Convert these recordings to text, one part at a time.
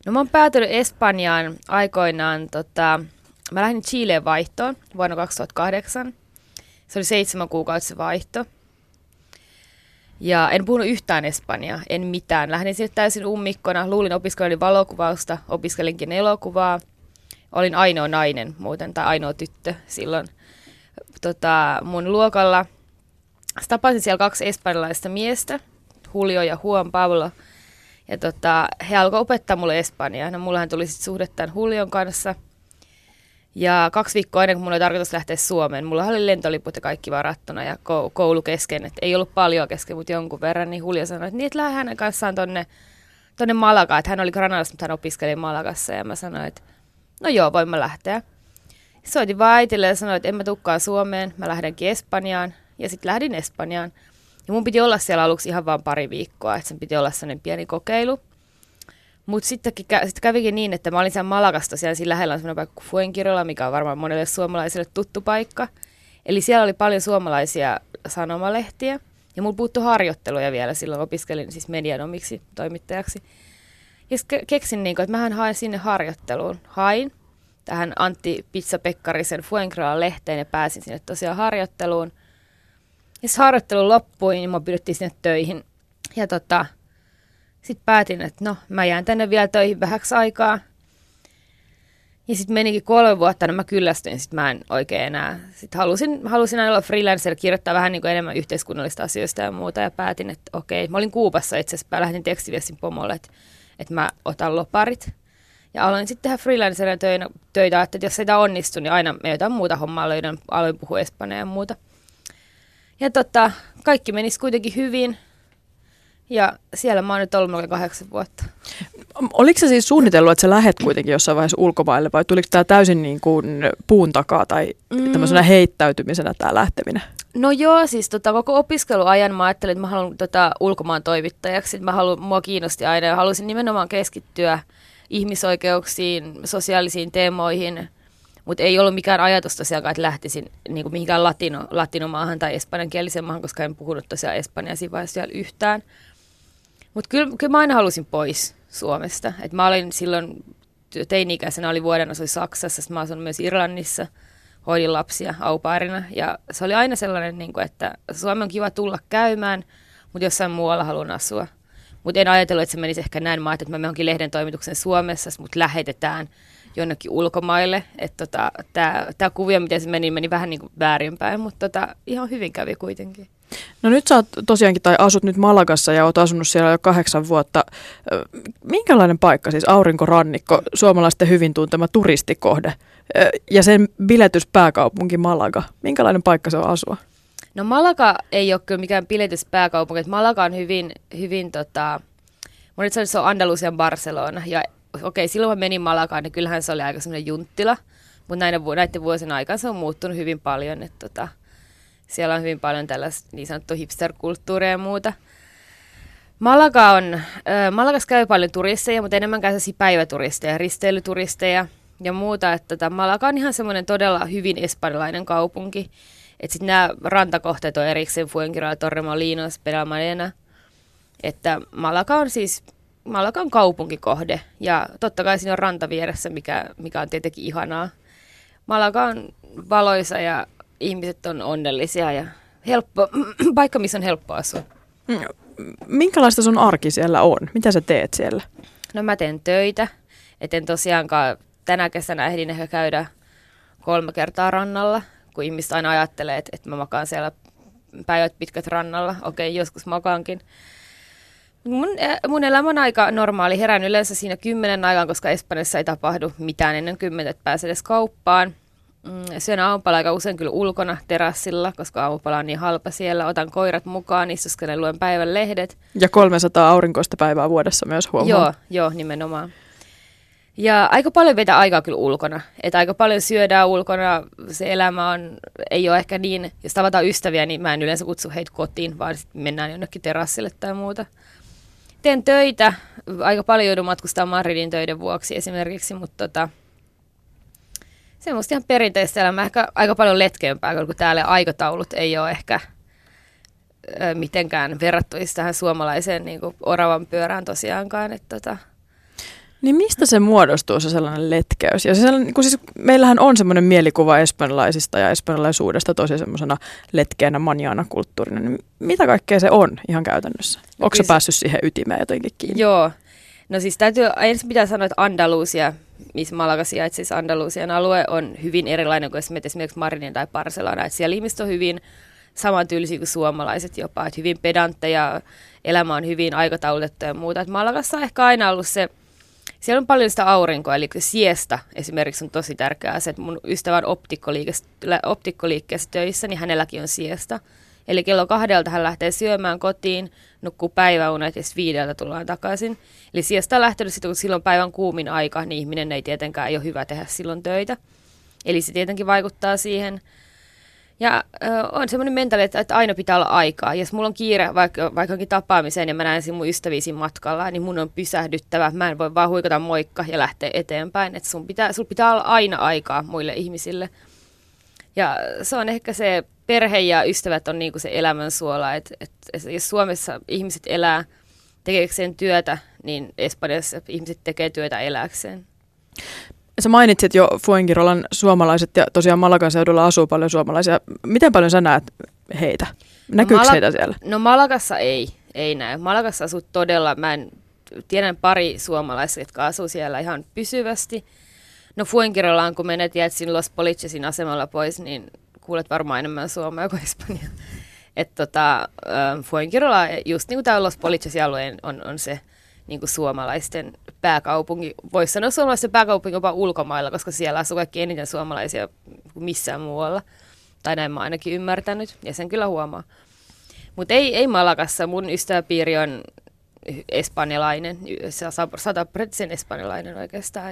No mä oon päätynyt Espanjaan aikoinaan, mä lähdin Chileen vaihtoon vuonna 2008. Se oli 7 kuukautta vaihto. Ja en puhunut yhtään espanjaa, en mitään. Lähdin sinne täysin ummikkona, luulin opiskelin valokuvausta, opiskelinkin elokuvaa. Olin ainoa nainen muuten, tai ainoa tyttö silloin mun luokalla. Tapasin siellä 2 espanjalaista miestä, Julio ja Juan Pablo. Ja he alkoivat opettaa mulle espanjaa. No mullahan tuli sitten suhde tämän Julion kanssa. Ja 2 viikkoa ennen kuin mulla oli tarkoitus lähteä Suomeen, mulla oli lentoliput ja kaikki varattuna ja koulu kesken. Et ei ollut paljon kesken, mutta jonkun verran. Niin Julio sanoi, että lähde hänen kanssaan tonne Malagaan. Että hän oli Granadassa, mutta hän opiskeli Malagassa. Ja mä sanoin, että no joo, voin mä lähteä. Soitin vaan äitille ja sanoin, että en mä tukkaan Suomeen, mä lähdenkin Espanjaan. Ja sitten lähdin Espanjaan. Ja mun piti olla siellä aluksi ihan vaan pari viikkoa, että sen piti olla sellainen pieni kokeilu. Mutta sitten kävikin niin, että mä olin siellä Malagassa tosiaan, siinä lähellä on sellainen paikka kuin Fuengirola, mikä on varmaan monelle suomalaisille tuttu paikka. Eli siellä oli paljon suomalaisia sanomalehtiä. Ja mulla puuttui harjoitteluja vielä, silloin opiskelin siis medianomiksi toimittajaksi. Ja keksin, että mähän haen sinne harjoitteluun. Hain tähän Antti Pizza-Pekkarisen Fuengirolan lehteen ja pääsin sinne tosiaan harjoitteluun. Ja se harjoittelu loppui, niin mä pyydettiin sinne töihin. Ja sitten päätin, että no, mä jään tänne vielä töihin vähäksi aikaa. Ja sitten menikin 3 vuotta, niin mä kyllästyin, sitten mä en oikein enää. Sitten halusin aina olla freelancer, kirjoittaa vähän niin kuin enemmän yhteiskunnallista asioista ja muuta. Ja päätin, että okei, mä olin Kuubassa itse asiassa, mä lähdin tekstiviestin pomolle, että mä otan loparit. Ja aloin sitten tehdä freelancerin töitä, että jos ei tämä onnistu, niin aina me jotain muuta hommaa aloin puhua espanjaa ja muuta. Ja kaikki menisi kuitenkin hyvin. Ja siellä mä oon nyt ollut melkein 8 vuotta. Oliko se siis suunnitellut, että sä lähet kuitenkin jossain vaiheessa ulkomaille, vai tuliko tämä täysin niin kuin puun takaa tai tämmöisenä heittäytymisenä tämä lähteminen? No joo, siis koko opiskeluajan mä ajattelin, että mä haluan ulkomaan toimittajaksi. Mua kiinnosti aina ja halusin nimenomaan keskittyä ihmisoikeuksiin, sosiaalisiin teemoihin, mutta ei ollut mikään ajatus tosiaan, että lähtisin niin kuin mihinkään latinomaahan tai espanjankieliseen maahan, koska en puhunut tosiaan espanjaa siinä vaiheessa vielä yhtään. Mutta kyllä mä aina halusin pois Suomesta. Et mä olin silloin teini-ikäisenä, oli vuoden asuin Saksassa, sitten mä asun myös Irlannissa, hoidin lapsia au pairina. Ja se oli aina sellainen, että Suomi on kiva tulla käymään, mutta jossain muualla haluan asua. Mutta en ajatellut, että se menisi ehkä näin. Mä ajattelin, että mä johonkin lehden toimituksen Suomessa, mut lähetetään jonnekin ulkomaille. Tämä kuvio, miten se meni vähän niin kuin väärinpäin, mutta ihan hyvin kävi kuitenkin. No nyt sä oot tosiaankin, tai asut nyt Malagassa ja oot asunut siellä jo 8 vuotta. Minkälainen paikka, siis aurinkorannikko, suomalaisten hyvin tuntema turistikohde ja sen biletyspääkaupunki Malaga? Minkälainen paikka se on asua? No Malaga ei ole kyllä mikään biletyspääkaupunki. Malaga on hyvin monet se on Andalusian Barcelona. Ja okei, silloin mä menin Malagaan, niin kyllähän se oli aika semmoinen junttila. Mutta näiden vuosien aikana se on muuttunut hyvin paljon, että siellä on hyvin paljon tällaista niin sanottua hipster-kulttuuria ja muuta. Malagassa käy paljon turisteja, mutta enemmän sellaisia päiväturisteja, risteilyturisteja ja muuta. Että Malaga on ihan semmoinen todella hyvin espanjalainen kaupunki. Että sitten nämä rantakohteet on erikseen Fuengirola, Torremolinos, Benalmádena. Että Malaga on kaupunkikohde ja totta kai siinä on ranta vieressä, mikä on tietenkin ihanaa. Malaga on valoisa ja ihmiset on onnellisia ja paikka, missä on helppo asua. Minkälaista sun arki siellä on? Mitä sä teet siellä? No mä teen töitä. En tosiaankaan tänä kesänä ehdin ehkä käydä 3 kertaa rannalla, kun ihmiset aina ajattelee, että mä makaan siellä päivät pitkät rannalla. Okei, joskus makaankin. Mun elämä on aika normaali. Herään yleensä siinä 10 aikaan, koska Espanjassa ei tapahdu mitään ennen 10, että pääsee edes kauppaan. Syön aamupala aika usein kyllä ulkona terassilla, koska aamupala on niin halpa siellä. Otan koirat mukaan, istuskelen, luen päivän lehdet. Ja 300 aurinkoista päivää vuodessa myös huomaa. Joo, nimenomaan. Ja aika paljon vetää aikaa kyllä ulkona. Että aika paljon syödään ulkona. Se elämä ei ole ehkä niin, jos tavataan ystäviä, niin mä en yleensä kutsu heitä kotiin, vaan sitten mennään jonnekin terassille tai muuta. Teen töitä. Aika paljon joudun matkustamaan Madridin töiden vuoksi esimerkiksi, mutta semmoista ihan perinteistä elämää, ehkä aika paljon letkeämpää, kun täällä aikataulut ei ole ehkä mitenkään verrattuisi tähän suomalaiseen niin kuin oravan pyörään tosiaankaan. Niin mistä se muodostuu se sellainen letkeys? Ja se sellainen, kun siis meillähän on semmoinen mielikuva espanjalaisista ja espanjalaisuudesta tosi semmoisena letkeänä manjaana kulttuurina. Niin mitä kaikkea se on ihan käytännössä? Onko se päässyt siihen ytimeen jotenkin kiinni? Joo. No siis ensin pitää sanoa, että Andalusia, missä Malaga sijaitsee, siis Andalusian alue on hyvin erilainen kuin esimerkiksi Madridin tai Barcelona. Että siellä ihmiset on hyvin samantyylisiä kuin suomalaiset jopa, että hyvin pedantteja, elämä on hyvin aikataulutettu ja muuta. Että Malagassa on ehkä aina ollut se, siellä on paljon sitä aurinkoa, eli siesta esimerkiksi on tosi tärkeä asia. Mun ystävä on optikkoliikkeessä töissä, niin hänelläkin on siesta. Eli kello 2 hän lähtee syömään kotiin, nukkuu päiväunet ja 5 tullaan takaisin. Eli siesta on lähtenyt sitten, kun silloin päivän kuumin aika, niin ihminen ei tietenkään ole hyvä tehdä silloin töitä. Eli se tietenkin vaikuttaa siihen. Ja on semmoinen mentaliteetti, että aina pitää olla aikaa. Jos mulla on kiire vaikkakin tapaamiseen ja mä näen mun ystäviä siinä matkalla, niin mun on pysähdyttävä. Mä en voi vaan huikata moikka ja lähteä eteenpäin. Että sulla pitää olla aina aikaa muille ihmisille. Ja se on ehkä se perhe ja ystävät on niinku se elämän suola. Et jos Suomessa ihmiset elää tekeekseen työtä, niin Espanjassa ihmiset tekee työtä elääkseen. Sä mainitsit jo Fuengirolan suomalaiset ja tosiaan Malagan seudulla asuu paljon suomalaisia. Miten paljon sä näet heitä? Näkyykö heitä siellä? No Malagassa ei näy. Malagassa asuu todella, tiedän pari suomalaisia, jotka asuu siellä ihan pysyvästi. No Fuengirolaan, kun menet jätsin Los Policesin asemalla pois, niin kuulet varmaan enemmän suomea kuin espanjaa. Että Fuengirola, just niin kuin tämä Los Policesin alue on se niin kuin suomalaisten pääkaupunki. Voisi sanoa suomalaisten pääkaupunki jopa ulkomailla, koska siellä asuu kaikki eniten suomalaisia kuin missään muualla. Tai näin mä ainakin ymmärtänyt, ja sen kyllä huomaa. Mutta ei Malagassa. Mun ystäväpiiri on espanjalainen, 100% espanjalainen oikeastaan.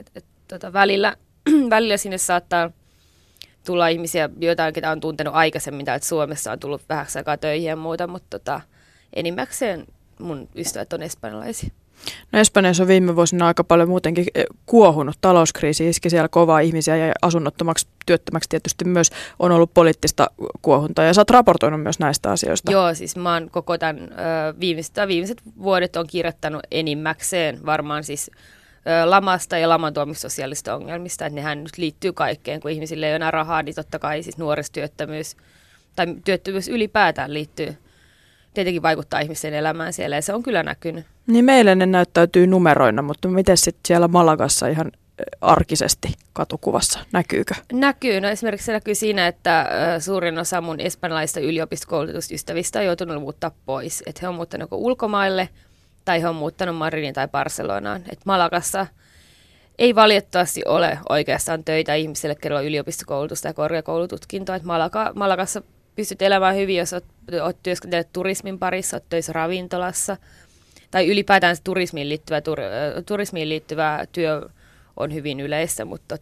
Välillä sinne saattaa tulla ihmisiä, jotain, ketä on tuntenut aikaisemmin, tai että Suomessa on tullut vähäksi aikaa töihin ja muuta, mutta enimmäkseen mun ystävät on espanjalaisia. No Espanjassa on viime vuosina aika paljon muutenkin kuohunut. Talouskriisi iski siellä kovaa ihmisiä ja asunnottomaksi, työttömäksi tietysti myös on ollut poliittista kuohuntaa. Ja sä oot raportoinut myös näistä asioista. Joo, siis mä oon koko tämän viimeiset vuodet on kirjoittanut enimmäkseen varmaan siis lamasta ja laman tuomista sosiaalista ongelmista. Että nehän nyt liittyy kaikkeen, kun ihmisille ei ole enää rahaa, niin totta kai siis nuorisotyöttömyys tai työttömyys ylipäätään liittyy. Tietenkin vaikuttaa ihmisten elämään siellä ja se on kyllä näkynyt. Niin meille ne näyttäytyy numeroina, mutta miten sitten siellä Malagassa ihan arkisesti katukuvassa, näkyykö? Näkyy. No esimerkiksi se näkyy siinä, että suurin osa mun espanjalaisista yliopistokoulutusystävistä on joutunut muuttaa pois. Että he on muuttanut ulkomaille tai he on muuttanut Madridin tai Barcelonaan. Että Malagassa ei valitettavasti ole oikeastaan töitä ihmisille, kenellä on yliopistokoulutusta ja korkeakoulututkintoa. Että Malagassa pystyt elämään hyvin, jos olet työskennellyt turismin parissa, olet töissä ravintolassa. Tai ylipäätään turismiin liittyvä työ on hyvin yleistä, mutta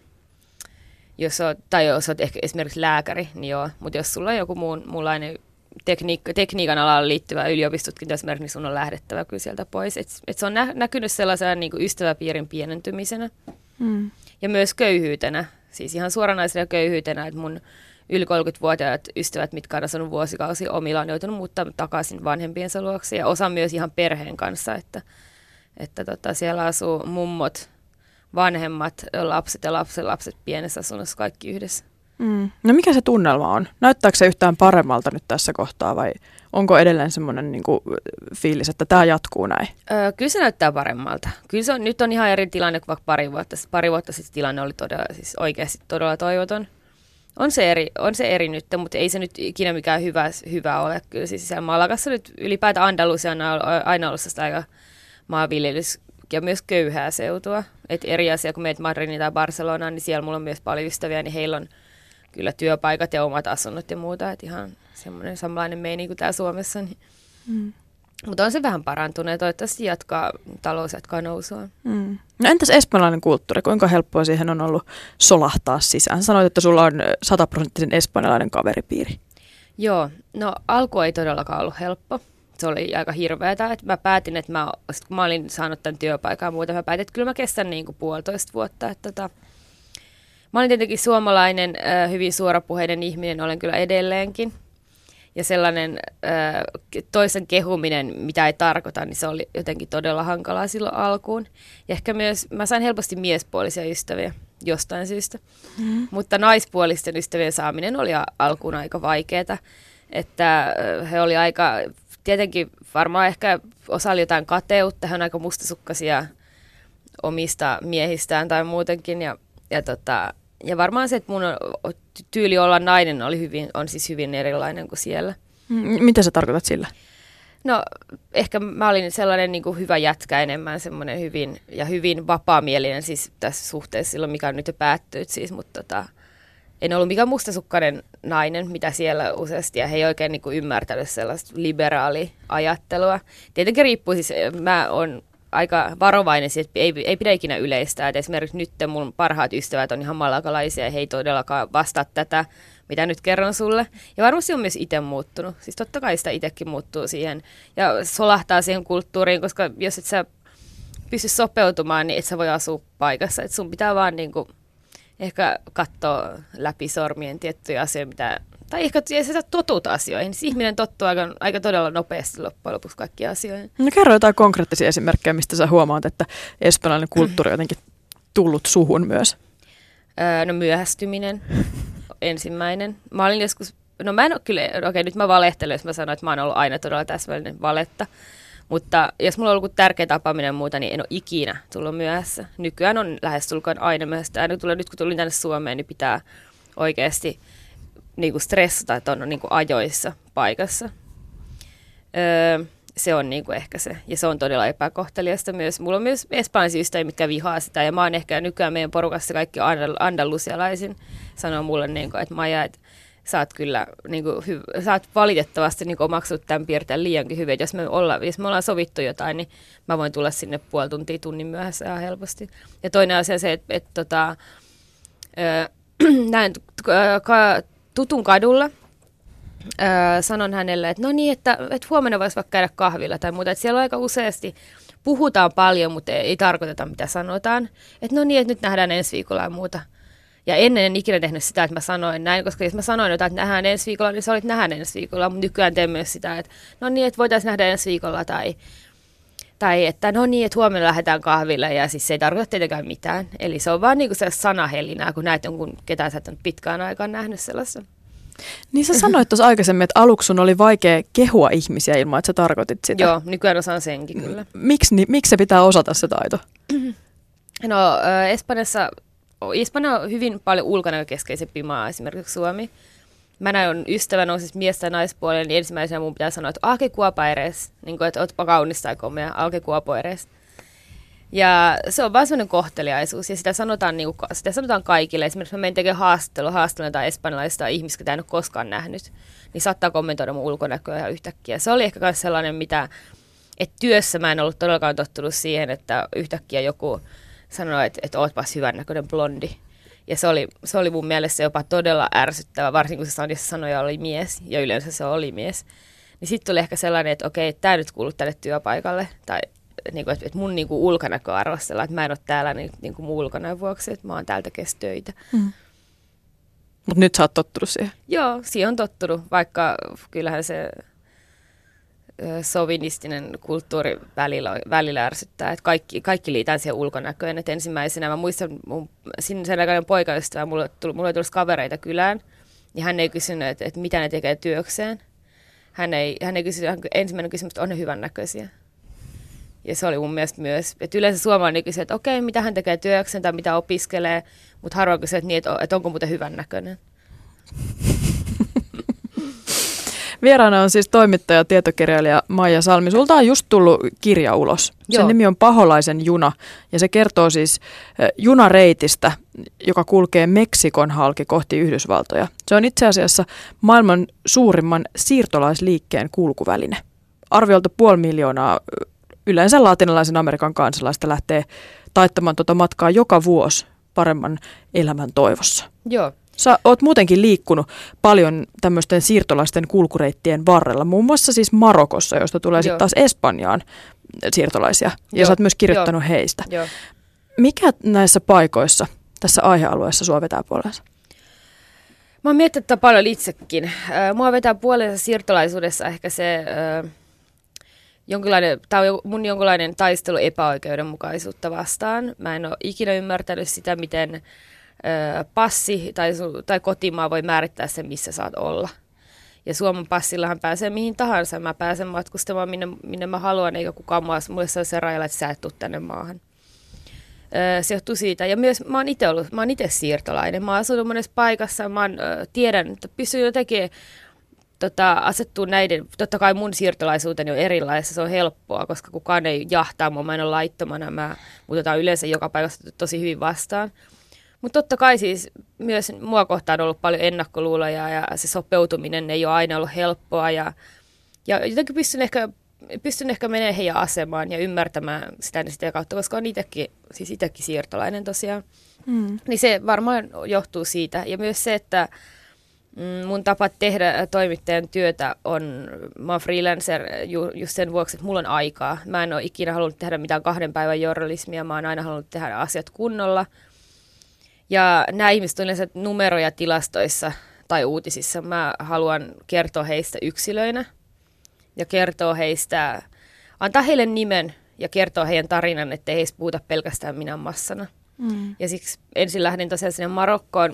jos olet ehkä esimerkiksi lääkäri, niin joo. Mutta jos sulla on joku muunlainen tekniikan alalla liittyvä yliopistotutkinto esimerkiksi, niin sun on lähdettävä kyllä sieltä pois. Et se on näkynyt sellaisena niin kuin ystäväpiirin pienentymisenä ja myös köyhyytenä. Siis ihan suoranaisena köyhyytenä, että mun yli 30-vuotiaat ystävät, mitkä on asunut vuosikausia omilla, on joutunut muuttaa takaisin vanhempiensa luokse ja osa myös ihan perheen kanssa, että siellä asuu mummot, vanhemmat, lapset ja lapset pienessä asunnossa kaikki yhdessä. No mikä se tunnelma on? Näyttääkö se yhtään paremmalta nyt tässä kohtaa vai onko edelleen semmoinen niin kuin fiilis, että tämä jatkuu näin? Kyllä se näyttää paremmalta. Kyllä nyt on ihan eri tilanne kuin vaikka pari vuotta sitten tilanne oli todella, siis oikeasti todella toivoton. On se eri nyt, mutta ei se nyt ikinä mikään hyvä ole. Kyllä siis siellä Malagassa nyt ylipäätään Andalusia on aina ollut sitä aika maanviljelys- ja myös köyhää seutua. Et eri asia, kun meet Madridin tai Barcelonaan, niin siellä mulla on myös paljon ystäviä, niin heillä on kyllä työpaikat ja omat asunnot ja muuta. Et ihan semmoinen samanlainen meini kuin täällä Suomessa. Niin. Mutta on se vähän parantunut ja toivottavasti talous jatkaa nousua. No entäs espanjalainen kulttuuri? Kuinka helppoa siihen on ollut solahtaa sisään? Sanoit, että sulla on 100% espanjalainen kaveripiiri. Joo, no alku ei todellakaan ollut helppo. Se oli aika hirveätä. Että mä päätin, että kun mä olin saanut tämän työpaikan ja muuta, mä päätin, että kyllä mä kestän niin kuin 1,5 vuotta. Mä olin tietenkin suomalainen, hyvin suorapuheinen ihminen, olen kyllä edelleenkin. Ja sellainen toisen kehuminen, mitä ei tarkoita, niin se oli jotenkin todella hankalaa silloin alkuun. Ja ehkä myös, mä sain helposti miespuolisia ystäviä jostain syystä. Mutta naispuolisten ystävien saaminen oli alkuun aika vaikeaa. Että he oli aika, tietenkin varmaan ehkä osa oli jotain kateutta, he on aika mustasukkaisia omista miehistään tai muutenkin. Ja varmaan se, että mun tyyli olla nainen on siis hyvin erilainen kuin siellä. Mitä sä tarkoitat sillä? No ehkä mä olin sellainen niin kuin hyvä jätkä enemmän, semmoinen hyvin vapaamielinen siis tässä suhteessa silloin, mikä on nyt jo päättynyt siis, mutta en ollut mikään mustasukkainen nainen, mitä siellä useasti, ja he ei oikein niin kuin ymmärtänyt sellaista liberaaliajattelua. Tietenkin riippuu siis, mä oon aika varovainen, että ei pidä ikinä yleistää. Et esimerkiksi nyt mun parhaat ystävät on ihan malakalaisia ja he ei todellakaan vastaa tätä, mitä nyt kerron sulle. Ja varmasti on myös itse muuttunut. Siis totta kai sitä itsekin muuttuu siihen ja solahtaa siihen kulttuuriin, koska jos et sä pysty sopeutumaan, niin et sä voi asua paikassa. Et sun pitää vaan niinku ehkä katsoa läpi sormien tiettyjä asioita, tai ehkä sä totut asioihin. Siis ihminen tottuu aika todella nopeasti loppujen lopuksi kaikkiin asioihin. No kerro jotain konkreettisia esimerkkejä, mistä sä huomaat, että espanjalainen kulttuuri on jotenkin tullut suhun myös. No myöhästyminen, ensimmäinen. Mä olin joskus, no mä en ole kyllä, okei nyt mä valehtelen, jos mä sanon, että mä oon ollut aina todella täsmällinen valetta. Mutta jos mulla on ollut tärkeä tapaaminen ja muuta, niin en ole ikinä tullut myöhässä. Nykyään on lähestulkoon aina myöhässä. Nyt kun tulin tänne Suomeen, niin pitää oikeasti niinku stressata, että on niinku ajoissa paikassa. Se on niinku ehkä se. Ja se on todella epäkohteliasta myös. Mulla on myös espanjalaisia ystäviä, mitkä vihaa sitä. Ja mä oon ehkä nykyään meidän porukassa kaikki andalusialaisin. Sanoo mulle, niinku, että Maija, että sä oot kyllä sä oot valitettavasti omaksut tämän piirteen liiankin hyvin. Jos me ollaan sovittu jotain, niin mä voin tulla sinne puoli tuntia tunnin myöhässä ihan helposti. Ja toinen asia se, että näin tutun kadulla sanon hänelle, että no niin, että huomenna voisi vaikka käydä kahvilla tai muuta. Että siellä aika useasti puhutaan paljon, mutta ei tarkoiteta mitä sanotaan. Että no niin, että nyt nähdään ensi viikolla ja muuta. Ja ennen en ikinä tehnyt sitä, että mä sanoin näin, koska jos mä sanoin jotain, että nähdään ensi viikolla, niin sä olit nähdään ensi viikolla. Mutta nykyään teen myös sitä, että no niin, että voitaisiin nähdä ensi viikolla tai että no niin, että huomenna lähdetään kahville ja siis se ei tarkoita tietenkään mitään. Eli se on vaan niin kuin se sanahelinää, kun näet jonkun, ketään sä et ole pitkään aikaan nähnyt sellaista. Niin sä sanoit tuossa aikaisemmin, että aluksi sun oli vaikea kehua ihmisiä ilman, että sä tarkoitit sitä. Joo, nykyään osaan senkin kyllä. Miksi se pitää osata se taito? No Espanja on hyvin paljon ulkonäkökeskeisempi maa, esimerkiksi Suomi. Mä näin ystävän, on siis mies- tai naispuolella, niin ensimmäisenä mun pitää sanoa, että alke guapa eres, niin kuin, että ootpa kaunis tai komea, alke guapo eres. Ja se on vaan sellainen kohteliaisuus, ja sitä sanotaan kaikille. Esimerkiksi mä menen tekemään haastattelun tai espanjalaista ihmistä, ketä en ole koskaan nähnyt, niin saattaa kommentoida mun ulkonäköä ihan yhtäkkiä. Se oli ehkä myös sellainen, että työssä mä en ollut todellakaan tottunut siihen, että yhtäkkiä joku sanoi, että ootpas hyvännäköinen blondi. Ja se oli mun mielestä jopa todella ärsyttävä, varsinkin kun se sanoja oli mies, ja yleensä se oli mies. Niin sitten tuli ehkä sellainen, että okei, tämä nyt kuuluu tälle työpaikalle, tai niinku, että mun niinku ulkonäkö arvostellaan, että mä en ole täällä niinku mun ulkonäön vuoksi, että mä oon täältä töitä. Mutta nyt sä oot tottunut siihen? Joo, siihen on tottunut, vaikka kyllähän se sovinistinen kulttuuri välillä ärsyttää, että kaikki liitään siihen ulkonäköön. Et ensimmäisenä mä muistan mun sen aikainen poikaystävä, mulla ei tullut kavereita kylään, niin hän ei kysynyt, että mitä ne tekee työkseen. Hän ei kysynyt, ensimmäinen kysymys, että on ne hyvännäköisiä. Ja se oli mun mielestä myös, että yleensä suomalainen kysyy, että okei, mitä hän tekee työkseen tai mitä opiskelee, mutta harvoin kysyy, että onko muuten hyvännäköinen. Vieraana on siis toimittaja ja tietokirjailija Maija Salmi. Sulta on just tullut kirja ulos. Sen nimi on Paholaisen juna ja se kertoo siis junareitistä, joka kulkee Meksikon halki kohti Yhdysvaltoja. Se on itse asiassa maailman suurimman siirtolaisliikkeen kulkuväline. Arviolta 500,000 yleensä latinalaisen Amerikan kansalaista lähtee taittamaan tuota matkaa joka vuosi paremman elämän toivossa. Joo. Sä oot muutenkin liikkunut paljon tämmöisten siirtolaisten kulkureittien varrella, muun muassa siis Marokossa, josta tulee sitten taas Espanjaan siirtolaisia, ja sä oot myös kirjoittanut heistä. Joo. Mikä näissä paikoissa, tässä aihealueessa sua vetää puoleensa? Mä oon miettinyt tätä paljon itsekin. Mua vetää puolensa siirtolaisuudessa ehkä se mun jonkinlainen taistelu epäoikeudenmukaisuutta vastaan. Mä en ole ikinä ymmärtänyt sitä, miten passi tai kotimaa voi määrittää sen, missä saat olla. Ja Suomen passillahan pääsee mihin tahansa. Mä pääsen matkustamaan minne mä haluan, eikä kukaan mulle saa se rajalla, että sä et tuu tänne maahan. Se johtuu siitä. Ja myös mä oon itse siirtolainen. Mä oon asunut monessa paikassa. Tiedän, että pystyn jotenkin asettua näiden. Totta kai mun siirtolaisuuteni on erilaista. Se on helppoa, koska kukaan ei jahtaa mua. Mä en ole laittomana. Mut otan yleensä joka paikassa tosi hyvin vastaan. Mutta totta kai siis myös mua kohtaan on ollut paljon ennakkoluuloja ja se sopeutuminen ei ole aina ollut helppoa. Ja jotenkin pystyn ehkä menemään heidän asemaan ja ymmärtämään sitä kautta, koska on itsekin siirtolainen tosiaan. Niin se varmaan johtuu siitä. Ja myös se, että mun tapa tehdä toimittajan työtä mä oon freelancer just sen vuoksi, että mulla on aikaa. Mä en ole ikinä halunnut tehdä mitään 2 päivän journalismia, mä oon aina halunnut tehdä asiat kunnolla. Ja nämä ihmiset on yleensä numeroja tilastoissa tai uutisissa. Mä haluan kertoa heistä yksilöinä ja kertoa heistä, antaa heille nimen ja kertoa heidän tarinan, ettei heistä puhuta pelkästään minä massana. Ja siksi ensin lähdin tosiaan sinne Marokkoon.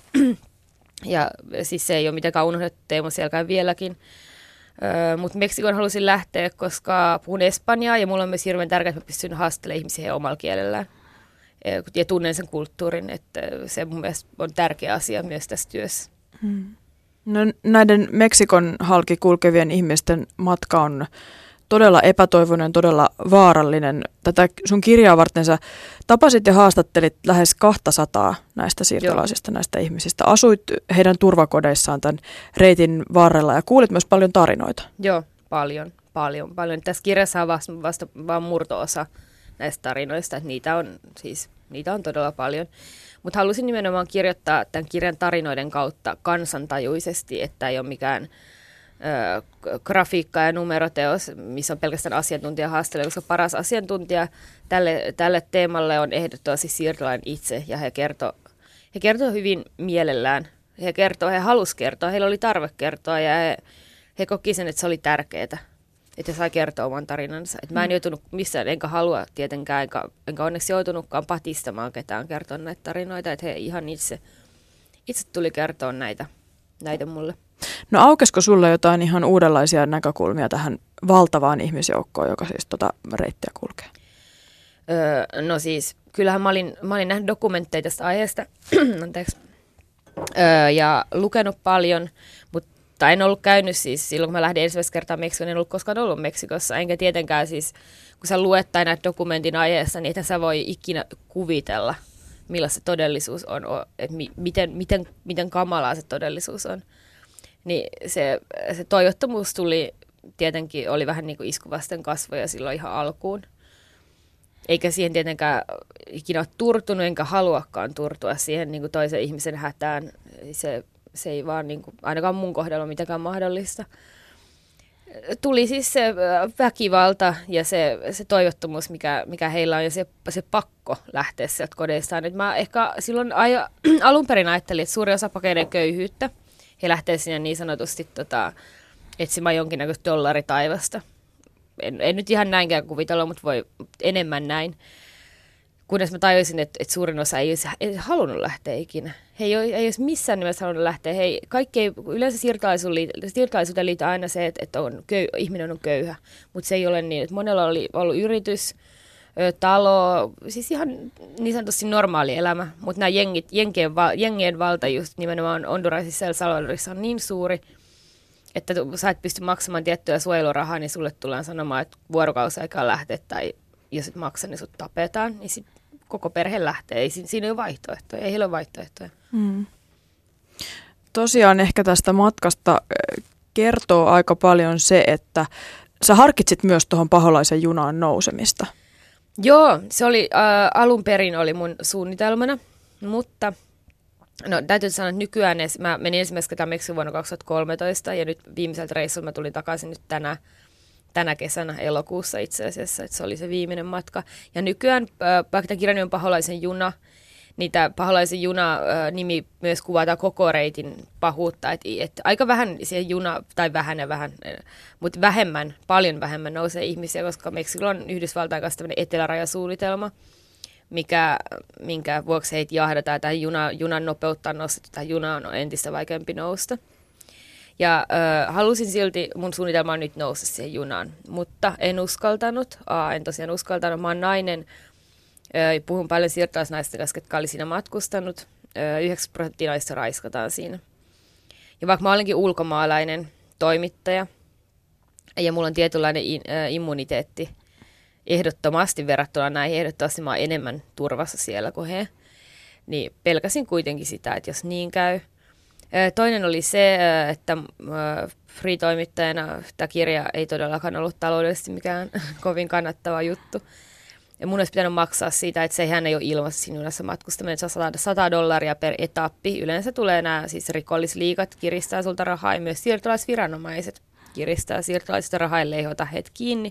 Ja siis se ei ole mitenkään unohdettu teema sielläkään vieläkin. Mutta Meksikoon halusin lähteä, koska puhun espanjaa ja mulla on myös hirveän tärkeää, että mä pystyn haastelemaan ihmisiä heidän omalla kielellään. Ja tunnen sen kulttuurin, että se mun mielestä on tärkeä asia myös tässä työssä. No, näiden Meksikon halki kulkevien ihmisten matka on todella epätoivoinen, todella vaarallinen. Tätä sun kirjaa varten sä tapasit ja haastattelit lähes 200 näistä siirtolaisista, näistä ihmisistä. Asuit heidän turvakodeissaan tämän reitin varrella ja kuulit myös paljon tarinoita. Joo, paljon. Tässä kirjassa on vasta vaan murto-osa näistä tarinoista, että niitä on todella paljon. Mutta halusin nimenomaan kirjoittaa tämän kirjan tarinoiden kautta kansantajuisesti, että ei ole mikään grafiikka- ja numeroteos, missä on pelkästään asiantuntijahaasteluja, koska paras asiantuntija tälle teemalle on ehdottomasti siirtolainen itse, ja he kertoo hyvin mielellään. He halusivat kertoa, heillä oli tarve kertoa, ja he koki sen, että se oli tärkeää, että he sai kertoa oman tarinansa. Et mä en joutunut missään, enkä halua tietenkään, enkä onneksi joutunutkaan patistamaan ketään kertoa näitä tarinoita, että he ihan itse tuli kertoa näitä mulle. No aukesiko sulle jotain ihan uudenlaisia näkökulmia tähän valtavaan ihmisjoukkoon, joka siis reittiä kulkee? No siis, kyllähän mä olin nähnyt dokumentteja tästä aiheesta ja lukenut paljon, mutta en ollut käynyt siis silloin, kun mä lähdin ensimmäistä kertaa Meksikoon, en ollut koskaan ollut Meksikossa, enkä tietenkään siis, kun sä luet tai näet dokumentin aiheessa, niin ethän sä voi ikinä kuvitella, millaista se todellisuus on, että miten kamalaa se todellisuus on. Niin se toivottomuus tietenkin oli vähän niin kuin isku vasten kasvoja silloin ihan alkuun. Eikä siihen tietenkään ikinä ole turtunut, enkä haluakaan turtua siihen niin kuin toisen ihmisen hätään. Se ei vaan niin kuin, ainakaan mun kohdalla ole mitenkään mahdollista. Tuli siis se väkivalta ja se toivottomuus, mikä heillä on, ja se pakko lähteä sieltä kodeistaan. Nyt mä ehkä silloin alun perin ajattelin, että suuri osa pakenee köyhyyttä. He lähtee sinne niin sanotusti etsimään jonkinnäköistä dollaritaivasta. En nyt ihan näinkään kuvitella, mutta voi enemmän näin. Kunnes mä tajusin, että suurin osa ei halunnut lähteä ikinä. He ei olisi missään nimessä halunnut lähteä. Yleensä siirtolaisuuteen liittyy aina se, että ihminen on köyhä. Mutta se ei ole niin. Että monella oli ollut yritys, talo, siis ihan niin sanotusti normaali elämä. Mutta nämä jengien valta just nimenomaan Hondurasissa ja El Salvadorissa on niin suuri, että sä et pysty maksamaan tiettyä suojelurahaa, niin sulle tullaan sanomaan, että vuorokausaikaan lähteä tai jos et maksa, niin sut tapetaan, niin sit koko perhe lähtee. Siinä ei ole vaihtoehtoja, ei heillä ole vaihtoehtoja. Tosiaan ehkä tästä matkasta kertoo aika paljon se, että sä harkitsit myös tuohon paholaisen junaan nousemista. Joo, se oli alun perin oli mun suunnitelmana, mutta no täytyy sanoa, että nykyään mä menin ensimmäistä kertaa Meksikoon vuonna 2013 ja nyt viimeiseltä reissulta mä tulin takaisin nyt tänä kesänä elokuussa itse asiassa, että se oli se viimeinen matka. Ja nykyään, vaikka tämä kirjani on paholaisen juna, Niin tämä Paholaisen juna-nimi myös kuvataan koko reitin pahuutta, että aika vähän siihen juna, tai vähän, mutta paljon vähemmän nousee ihmisiä, koska Meksikolla on Yhdysvaltain kanssa tämmöinen etelärajasuunnitelma, minkä vuoksi heitä jahdataan, tai junan nopeutta on nostettu, tai juna on entistä vaikeampi nousta. Ja halusin silti, mun suunnitelma on nyt nousta siihen junaan, mutta en uskaltanut. En tosiaan uskaltanut. Mä oon nainen, puhun paljon siirtolaisnaisten kanssa, jotka oli siinä matkustanut. 9% naista raiskataan siinä. Ja vaikka mä olenkin ulkomaalainen toimittaja, ja mulla on tietynlainen immuniteetti ehdottomasti verrattuna näihin, ehdottomasti mä oon enemmän turvassa siellä kuin he, niin pelkäsin kuitenkin sitä, että jos niin käy. Toinen oli se, että Free-toimittajana tämä kirja ei todellakaan ollut taloudellisesti mikään kovin kannattava juttu. Ja mun olisi pitänyt maksaa siitä, että sehän ei ole ilmassa siinä junassa matkustaminen, että saa $100 per etappi. Yleensä tulee nämä siis rikollisliigat, kiristää sulta rahaa ja myös siirtolaisviranomaiset kiristää siirtolaisista rahaa, ellei he ota heitä kiinni.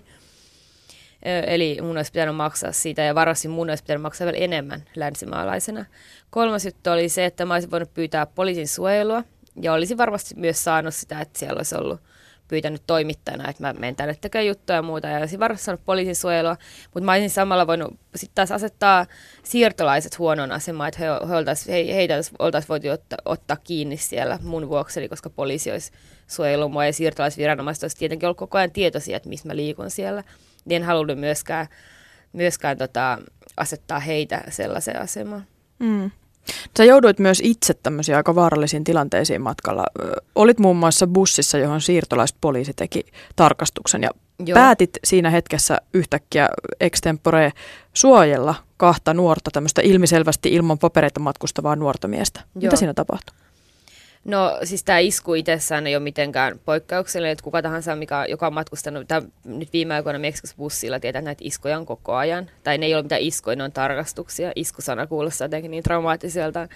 Eli mun olisi pitänyt maksaa siitä ja varmasti mun olisi pitänyt maksaa vielä enemmän länsimaalaisena. Kolmas juttu oli se, että mä olisin voinut pyytää poliisin suojelua ja olisin varmasti myös saanut sitä, että siellä olisi ollut pyytänyt toimittajana, että mä menen tänne tekemään juttuja ja muuta ja olisin varmasti saanut poliisin suojelua, mutta mä olisin samalla voinut sitten taas asettaa siirtolaiset huonoon asemaan, että heitä oltaisiin voitu ottaa kiinni siellä mun vuokseni, koska poliisi olisi suojellut mua ja siirtolaisviranomaiset olisi tietenkin ollut koko ajan tietoisia, että missä mä liikun siellä. En halunnut myöskään asettaa heitä sellaiseen asemaan. Mm. Sä jouduit myös itse tämmöisiin aika vaarallisiin tilanteisiin matkalla. Olit muun muassa bussissa, johon siirtolaispoliisi teki tarkastuksen ja päätit siinä hetkessä yhtäkkiä extempore suojella 2 nuorta, tämmöistä ilmiselvästi ilman papereita matkustavaa nuorta miestä. Joo. Mitä siinä tapahtui? No siis tämä isku itsessään ei ole mitenkään poikkeuksellinen, että kuka tahansa, joka on matkustanut nyt viime aikoina Meksikossa bussilla, tietää, että näitä iskoja on koko ajan. Tai ne ei ole mitään iskoja, ne on tarkastuksia. Iskusana kuulostaa jotenkin niin traumaattiselta.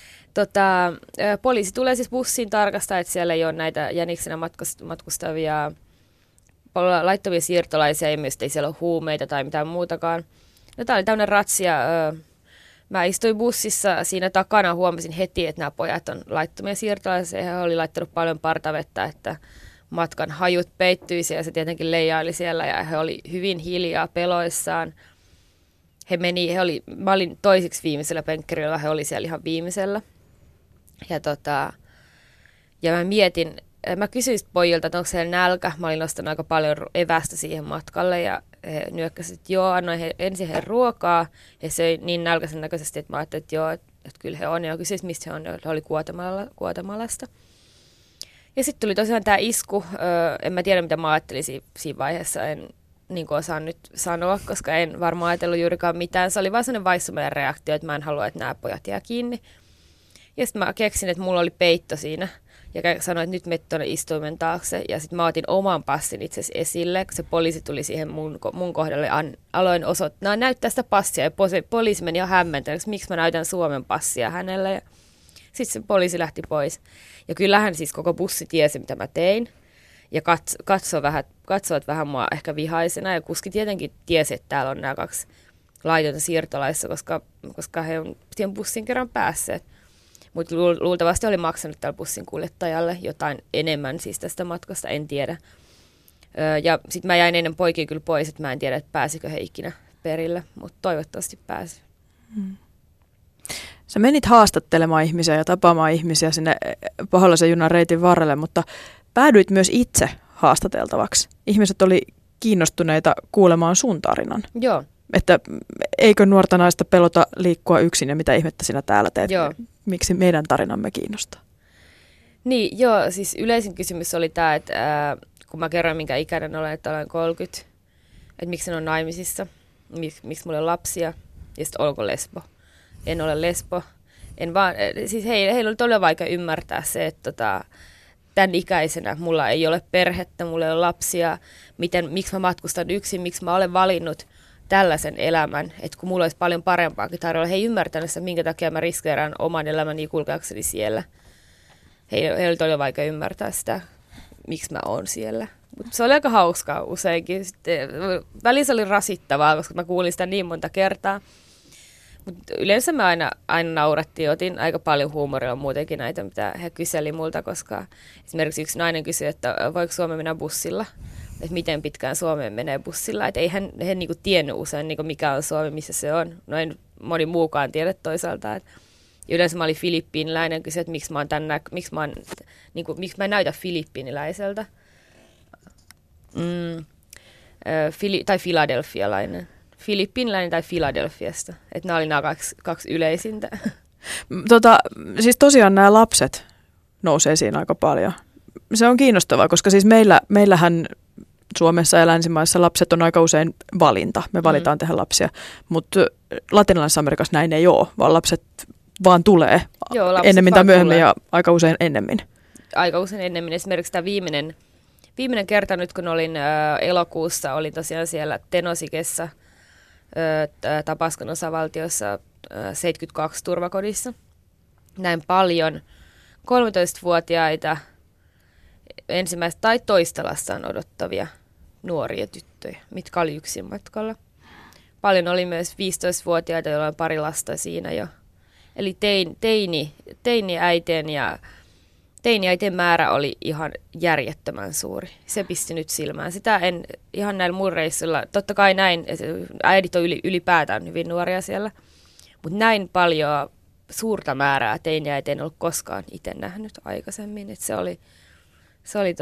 Poliisi tulee siis bussiin tarkastaa, että siellä ei ole näitä jäniksenä matkustavia laittomia siirtolaisia, ja myös ei siellä ole huumeita tai mitään muutakaan. No, tämä oli tämmöinen ratsia. Mä istuin bussissa siinä takana, huomasin heti, että nämä pojat on laittomia siirtolaisia. He oli laittanut paljon partavettä, että matkan hajut peittyisi ja se tietenkin leijaili siellä ja he oli hyvin hiljaa peloissaan. Mä olin toisiksi viimeisellä penkkirillä, he oli siellä ihan viimeisellä. Ja mä kysyin pojilta, että onko siellä nälkä. Mä olin nostanut aika paljon evästä siihen matkalle ja he nyökkäsivät, että joo, annoin ensin heidän ruokaa ja se niin nälkäisen näköisesti, että mä ajattelin, että joo, että kyllä he on. Ja kysyin, mistä he on, he oli Guatemalasta. Ja sitten tuli tosiaan tämä isku. En mä tiedä, mitä mä ajattelin siinä vaiheessa. En niin kuin osaan nyt sanoa, koska en varmaan ajatellut juurikaan mitään. Se oli vaan sellainen vaissumainen reaktio, että mä en halua, että nämä pojat jää kiinni. Ja sitten mä keksin, että mulla oli peitto siinä. Ja sanoin, että nyt mene tuonne istuimen taakse. Ja sitten mä otin oman passin itse asiassa esille, kun se poliisi tuli siihen mun kohdalle. Aloin osoittaa, näyttää sitä passia. Ja poliisi meni jo hämmentänyt, miksi mä näytän Suomen passia hänelle. Ja sitten se poliisi lähti pois. Ja kyllähän siis koko bussi tiesi, mitä mä tein. Ja katsovat vähän mua ehkä vihaisena. Ja kuski tietenkin tiesi, että täällä on nämä 2 laitonta siirtolaista, koska he on siihen bussin kerran päässeet. Mutta luultavasti oli maksanut tällä bussin kuljettajalle jotain enemmän siis tästä matkasta, en tiedä. Ja sitten mä jäin ennen poikia kyllä pois, että mä en tiedä, että pääsikö he ikinä perille, mutta toivottavasti pääsi. Sä menit haastattelemaan ihmisiä ja tapaamaan ihmisiä sinne Paholaisen junan reitin varrelle, mutta päädyit myös itse haastateltavaksi. Ihmiset oli kiinnostuneita kuulemaan sun tarinan. Joo. Että eikö nuorta naista pelota liikkua yksin ja mitä ihmettä sinä täällä teet? Joo. Miksi meidän tarinamme kiinnostaa? Niin, joo, siis yleisin kysymys oli tämä, että kun mä kerroin minkä ikäinen olen, että olen 30, että miksi en ole naimisissa, miksi mulla on lapsia ja sitten olenko lesbo. En ole lesbo. Siis heillä oli todella vaikea ymmärtää se, että tämän ikäisenä mulla ei ole perhettä, mulla ei ole lapsia, miksi mä matkustan yksin, miksi mä olen valinnut tällaisen elämän, että kun mulla olisi paljon parempaakin tarjolla. He ei ymmärtänyt sitä, minkä takia mä riskeeraan oman elämäni kulkeakseni siellä. He oli todella vaikea ymmärtää sitä, miksi mä oon siellä. Mutta se oli aika hauskaa useinkin. Sitten, välissä oli rasittavaa, koska mä kuulin sitä niin monta kertaa. Mutta yleensä me aina naurattiin, otin aika paljon huumorilla muutenkin näitä, mitä he kyseli multa, koska esimerkiksi yksi nainen kysyi, että voiko Suomeen mennä bussilla, että miten pitkään Suomeen menee bussilla, että ei he niinku tiennyt usein, niinku mikä on Suomi, missä se on. No ei moni muukaan tiedä toisaalta, että yleensä mä olin filippiiniläinen, kysyin, että miksi mä en näytä filippiiniläiseltä. Tai filadelfialainen. Filippiiniläinen tai Filadelfiasta. Että nämä oli nämä kaksi yleisintä. Siis tosiaan nämä lapset nousee siinä aika paljon. Se on kiinnostavaa, koska siis meillähän Suomessa ja länsimaissa lapset on aika usein valinta. Me valitaan tehdä lapsia, mutta latinalaisessa Amerikassa näin ei ole, vaan lapset vaan tulee. Joo, ennemmin tai myöhemmin ja aika usein ennemmin. Aika usein ennemmin. Esimerkiksi tämä viimeinen kerta nyt, kun olin elokuussa, olin tosiaan siellä Tenosikessa, Tapaskon osavaltiossa 72 turvakodissa. Näin paljon 13-vuotiaita ensimmäistä tai toista lastaan odottavia nuoria tyttöjä, mitkä oli yksin matkalla. Paljon oli myös 15-vuotiaita, joilla on pari lasta siinä jo. Eli teiniäitien määrä oli ihan järjettömän suuri. Se pisti nyt silmään. Sitä en ihan näillä mun reissuilla, totta kai näin, äidit on ylipäätään hyvin nuoria siellä, mutta näin paljon suurta määrää teiniäitiä en ollut koskaan itse nähnyt aikaisemmin. Et se oli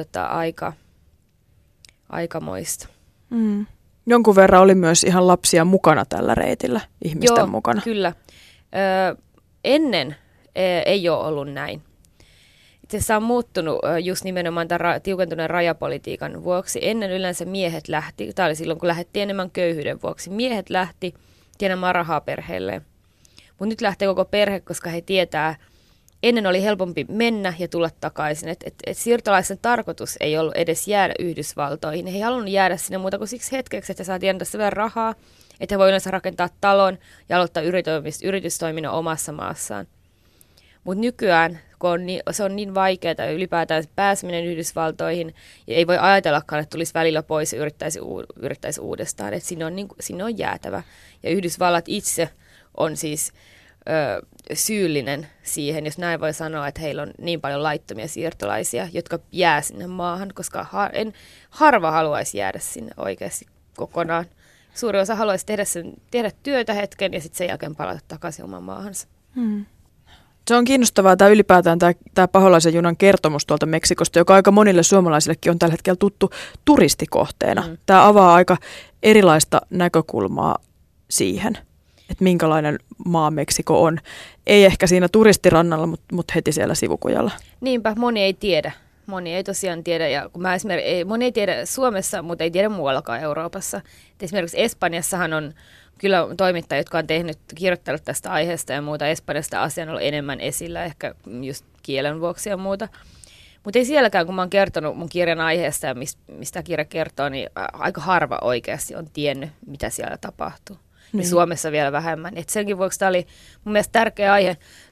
aikamoista. Mm. Jonkun verran oli myös ihan lapsia mukana tällä reitillä, ihmisten mukana. Kyllä. Ennen ei ole ollut näin. Itse asiassa on muuttunut just nimenomaan tämän tiukentuneen rajapolitiikan vuoksi. Ennen yleensä miehet lähti, tämä oli silloin kun lähdettiin enemmän köyhyyden vuoksi, miehet lähti tienaamaan rahaa perheelleen. Mutta nyt lähtee koko perhe, koska he tietää, ennen oli helpompi mennä ja tulla takaisin. Et siirtolaisen tarkoitus ei ollut edes jäädä Yhdysvaltoihin. He ei halunnut jäädä sinne muuta kuin siksi hetkeksi, että he saa tienata sen verran rahaa, että he voi yleensä rakentaa talon ja aloittaa yritystoiminnan omassa maassaan. Mutta nykyään, kun se on niin vaikeaa ylipäätään pääseminen Yhdysvaltoihin, ja ei voi ajatellakaan, että tulisi välillä pois ja yrittäisi uudestaan. Että sinne on jäätävä. Ja Yhdysvallat itse on siis syyllinen siihen, jos näin voi sanoa, että heillä on niin paljon laittomia siirtolaisia, jotka jää sinne maahan, koska harva haluaisi jäädä sinne oikeasti kokonaan. Suuri osa haluaisi tehdä työtä hetken ja sitten sen jälkeen palata takaisin omaan maahansa. Se on kiinnostavaa tämä ylipäätään tämä paholaisen junan kertomus tuolta Meksikosta, joka aika monille suomalaisillekin on tällä hetkellä tuttu turistikohteena. Tämä avaa aika erilaista näkökulmaa siihen, että minkälainen maa Meksiko on. Ei ehkä siinä turistirannalla, mutta heti siellä sivukujalla. Niinpä, moni ei tiedä. Moni ei tosiaan tiedä, ja kun moni ei tiedä Suomessa, mutta ei tiedä muuallakaan Euroopassa. Et esimerkiksi Espanjassahan on kyllä toimittajia, jotka on kirjoittanut tästä aiheesta ja muuta. Espanjasta asia on ollut enemmän esillä, ehkä just kielen vuoksi ja muuta. Mutta ei sielläkään, kun mä oon kertonut mun kirjan aiheesta ja mistä kirja kertoo, niin aika harva oikeasti on tiennyt, mitä siellä tapahtuu. Niin. Ja Suomessa vielä vähemmän. Et senkin vuoksi tämä oli mun mielestä tärkeä aihe.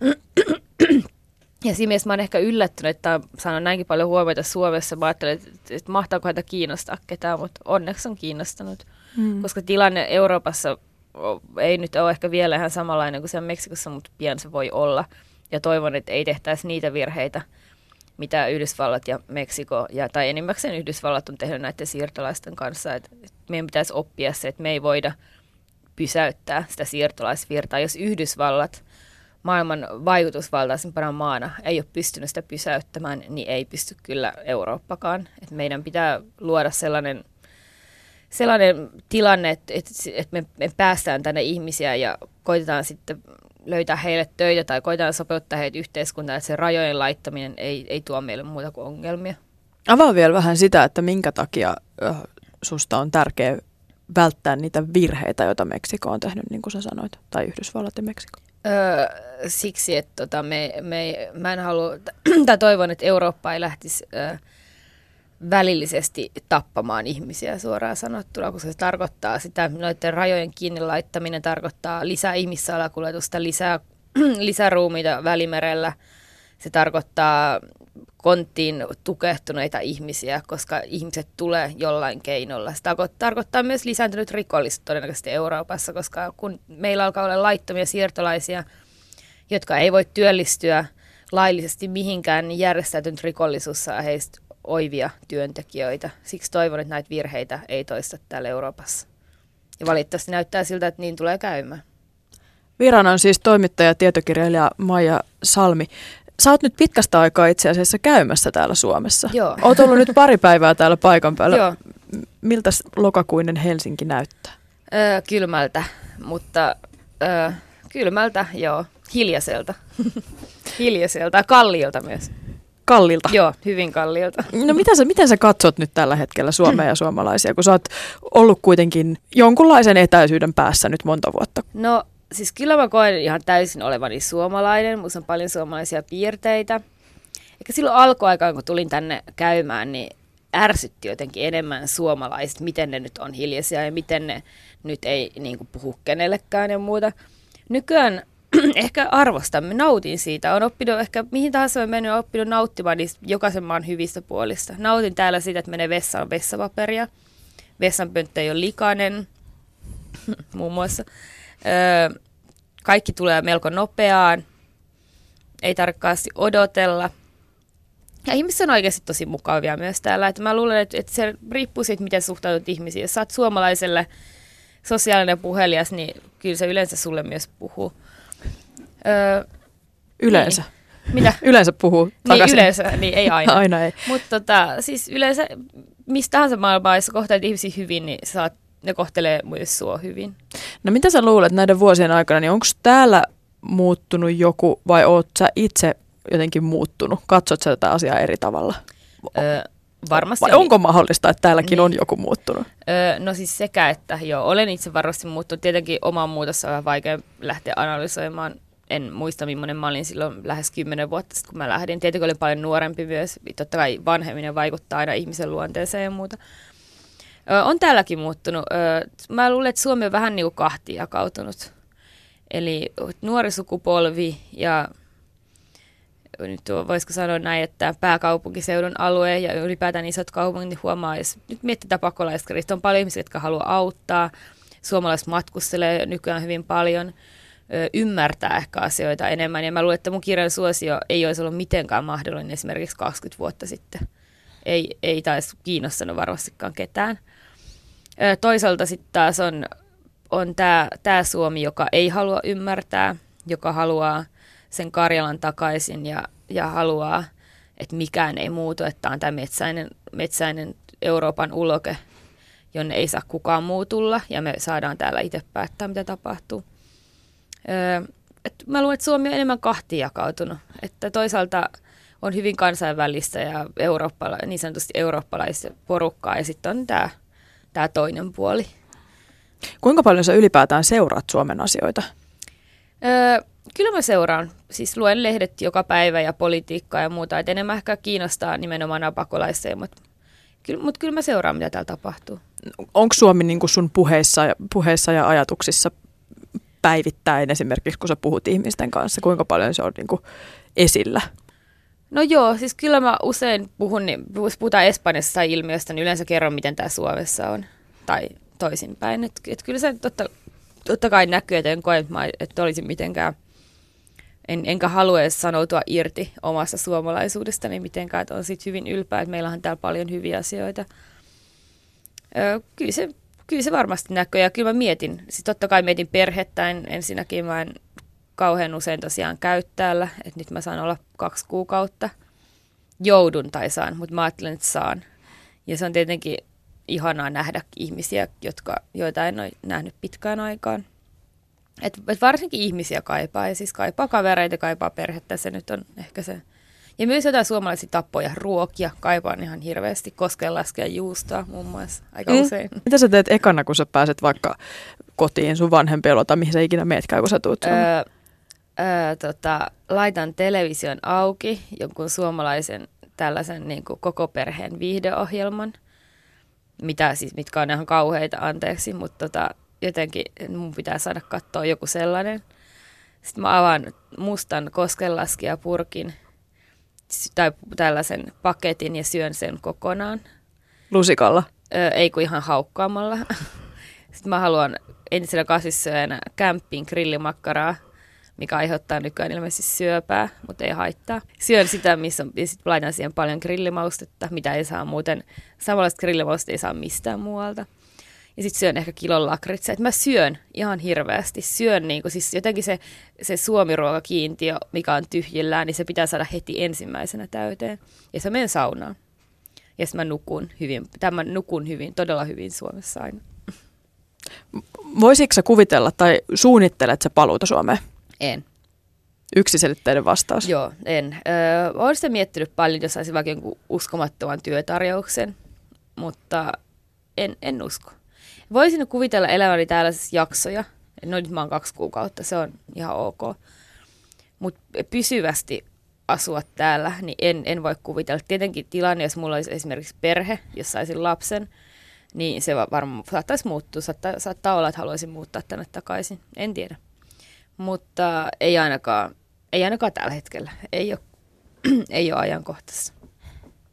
Ja siinä mielessä mä oon ehkä yllättynyt, että sanon näinkin paljon huomiota Suomessa. Mä ajattelin, että mahtaako häntä kiinnostaa ketään, mutta onneksi on kiinnostanut. Koska tilanne Euroopassa ei nyt ole ehkä vielä ihan samanlainen kuin siellä Meksikossa, mutta pian se voi olla. Ja toivon, että ei tehtäisi niitä virheitä, mitä Yhdysvallat ja Meksiko, tai enimmäkseen Yhdysvallat on tehnyt näiden siirtolaisten kanssa. Että meidän pitäisi oppia se, että me ei voida pysäyttää sitä siirtolaisvirtaa. Jos Yhdysvallat maailman vaikutusvaltaisimpana maana ei ole pystynyt sitä pysäyttämään, niin ei pysty kyllä Eurooppakaan. Et meidän pitää luoda sellainen tilanne, että me päästään tänne ihmisiä ja koitetaan sitten löytää heille töitä tai koitetaan sopeuttaa heitä yhteiskuntaan, että se rajojen laittaminen ei tuo meille muuta kuin ongelmia. Avaa vielä vähän sitä, että minkä takia susta on tärkeää välttää niitä virheitä, joita Meksiko on tehnyt, niin kuin sä sanoit, tai Yhdysvallat ja Meksiko? Siksi, että mä en halua, tai toivon, että Eurooppa ei lähtisi välillisesti tappamaan ihmisiä suoraan sanottuna, koska se tarkoittaa sitä, noiden rajojen kiinni laittaminen tarkoittaa lisää ihmissalakuljetusta, lisää ruumiita Välimerellä. Se tarkoittaa konttiin tukehtuneita ihmisiä, koska ihmiset tulee jollain keinolla. Se tarkoittaa myös lisääntynyt rikollisuus todennäköisesti Euroopassa, koska kun meillä alkaa olla laittomia siirtolaisia, jotka ei voi työllistyä laillisesti mihinkään, niin järjestäytynyt rikollisuus saa heistä oivia työntekijöitä. Siksi toivon, että näitä virheitä ei toista täällä Euroopassa. Ja valitettavasti näyttää siltä, että niin tulee käymään. Vieraana on siis toimittaja ja tietokirjailija Maija Salmi. Sä oot nyt pitkästä aikaa itse asiassa käymässä täällä Suomessa. Joo. Oot ollut nyt pari päivää täällä paikan päällä. Joo. Miltä lokakuinen Helsinki näyttää? Kylmältä, mutta kylmältä, joo. Hiljaiselta. Hiljaiselta ja kalliilta myös. Kallilta? Joo, hyvin kalliilta. No miten sä katsot nyt tällä hetkellä Suomea ja suomalaisia, kun sä oot ollut kuitenkin jonkunlaisen etäisyyden päässä nyt monta vuotta? No siis kyllä mä koen ihan täysin olevani suomalainen. Musta on paljon suomalaisia piirteitä. Eikä silloin alkuaikaan, kun tulin tänne käymään, niin ärsytti jotenkin enemmän suomalaiset, miten ne nyt on hiljaisia ja miten ne nyt ei niin kuin puhu kenellekään ja muuta. Nykyään ehkä arvostamme, nautin siitä. Olen oppinut ehkä mihin tahansa olen mennyt, olen oppinut nauttimaan niistä jokaisen maan hyvistä puolista. Nautin täällä siitä, että menee vessaan vessapaperia. Vessanpönttö ei ole likainen, muun muassa. Kaikki tulee melko nopeaan, ei tarkkaasti odotella. Ja ihmiset on oikeasti tosi mukavia myös täällä. Että mä luulen, että se riippuu siitä, miten suhtaudut ihmisiin. Jos sä oot suomalaiselle sosiaalinen ja puhelias, niin kyllä se yleensä sulle myös puhuu. Yleensä? Niin. Mitä? Yleensä puhuu takaisin. Niin yleensä, niin ei aina. Aina ei. Mutta siis yleensä mistä tahansa maailmaa, jos kohtelet ihmisiä hyvin, niin ne kohtelee myös sua hyvin. No mitä sä luulet näiden vuosien aikana, niin onko täällä muuttunut joku vai oot sä itse jotenkin muuttunut? Katsot sä tätä asiaa eri tavalla? Varmasti. Vai onko mahdollista, että täälläkin on joku muuttunut? No siis sekä, että joo, olen itse varmasti muuttunut. Tietenkin oman muutossa on vähän vaikea lähteä analysoimaan. En muista, millainen mä olin silloin lähes 10 vuotta sitten, kun mä lähdin. Tietenkin olin paljon nuorempi myös. Totta kai vanhemminen vaikuttaa aina ihmisen luonteeseen ja muuta. On täälläkin muuttunut. Mä luulen, että Suomi on vähän niin kuin kahtia jakautunut. Eli nuori sukupolvi ja nyt voisiko sanoa näin, että pääkaupunkiseudun alue ja ylipäätään isot kaupungit niin huomaa, jos nyt mietitään pakolaiskriisiä, on paljon ihmisiä, jotka haluaa auttaa. Suomalaiset matkustelee nykyään hyvin paljon, ymmärtää ehkä asioita enemmän. Ja mä luulen, että mun kirjan suosio ei olisi ollut mitenkään mahdollinen esimerkiksi 20 vuotta sitten. Ei taisi kiinnostanut varmastikaan ketään. Toisaalta sitten taas on tämä Suomi, joka ei halua ymmärtää, joka haluaa sen Karjalan takaisin ja haluaa, että mikään ei muutu, että on tämä metsäinen Euroopan uloke, jonne ei saa kukaan muu tulla ja me saadaan täällä itse päättää, mitä tapahtuu. Mä luulen, että Suomi on enemmän kahtiin jakautunut, että toisaalta on hyvin kansainvälistä ja niin sanotusti eurooppalaista porukkaa ja sitten on tämä toinen puoli. Kuinka paljon sä ylipäätään seuraat Suomen asioita? Kyllä mä seuraan. Siis luen lehdet joka päivä ja politiikkaa ja muuta. Et enemmän ehkä kiinnostaa nimenomaan nämä pakolaisia, mutta kyllä mä seuraan, mitä täällä tapahtuu. Onko Suomi niin kuin sun puheissa ja ajatuksissa päivittäin esimerkiksi, kun sä puhut ihmisten kanssa? Kuinka paljon se on niin kuin esillä? No joo, siis kyllä mä usein puhun, niin jos puhutaan Espanjassa ilmiöstä, niin yleensä kerron, miten tämä Suomessa on. Tai toisinpäin. Et kyllä se totta kai näkyy, että en koe, että olisin mitenkään, enkä halua edes sanoutua irti omasta suomalaisuudestani mitenkään, että on siitä hyvin ylpeä, että meillä on täällä paljon hyviä asioita. Kyllä se varmasti näkyy ja kyllä mä mietin, siis totta kai mietin perhettäin, ensinnäkin mä en kauhean usein tosiaan käy täällä, että nyt mä saan olla 2 kuukautta, joudun tai saan, mutta mä ajattelen, että saan. Ja se on tietenkin ihanaa nähdä ihmisiä, joita en ole nähnyt pitkään aikaan. Et varsinkin ihmisiä kaipaa, ja siis kaipaa kavereita, kaipaa perhettä, se nyt on ehkä se. Ja myös jotain suomalaisia tapoja, ruokia, kaipaan ihan hirveästi, koskenlaskea juustoa muun muassa aika usein. Mitä sä teet ekana, kun sä pääset vaikka kotiin sun vanhempien luota, mihin sä ikinä meetkään, kun sä tuut laitan television auki, jonkun suomalaisen tällaisen niin kuin koko perheen viihdeohjelman, mitkä on ihan kauheita, anteeksi, mutta jotenkin mun pitää saada katsoa joku sellainen. Sitten mä avaan mustan koskenlaskijapurkin tai tällaisen paketin ja syön sen kokonaan. Lusikalla? Ei kun ihan haukkaamalla. Sitten mä haluan entisenä kasvissyöjänä camping grillimakkaraa, mikä aiheuttaa nykyään ilmeisesti syöpää, mutta ei haittaa. Syön sitä, missä on, ja sitten laitan siihen paljon grillimaustetta, mitä ei saa muuten. Samanlaista grillimaustetta ei saa mistään muualta. Ja sitten syön ehkä kilon lakritsa. Että mä syön ihan hirveästi. Syön niinku, siis jotenkin se suomiruokakiintiö, mikä on tyhjillään, niin se pitää saada heti ensimmäisenä täyteen. Ja se menen saunaan. Ja sitten mä nukun hyvin, todella hyvin Suomessa aina. Voisitko sä kuvitella tai suunnittelet sä paluuta Suomeen? En. Yksiselitteinen vastaus. Joo, en. Olen sitä miettinyt paljon, jos saisin vaikka jonkun uskomattoman työtarjouksen, mutta en usko. Voisin kuvitella eläväni täällä siis jaksoja. No nyt mä oon 2 kuukautta, se on ihan ok. Mutta pysyvästi asua täällä, niin en voi kuvitella. Tietenkin tilanne, jos mulla olisi esimerkiksi perhe, jos saisin lapsen, niin se varmaan saattaisi muuttua. Saattaa olla, että haluaisin muuttaa tänne takaisin. En tiedä. Mutta ei ainakaan tällä hetkellä. Ei ole ajankohtaisessa.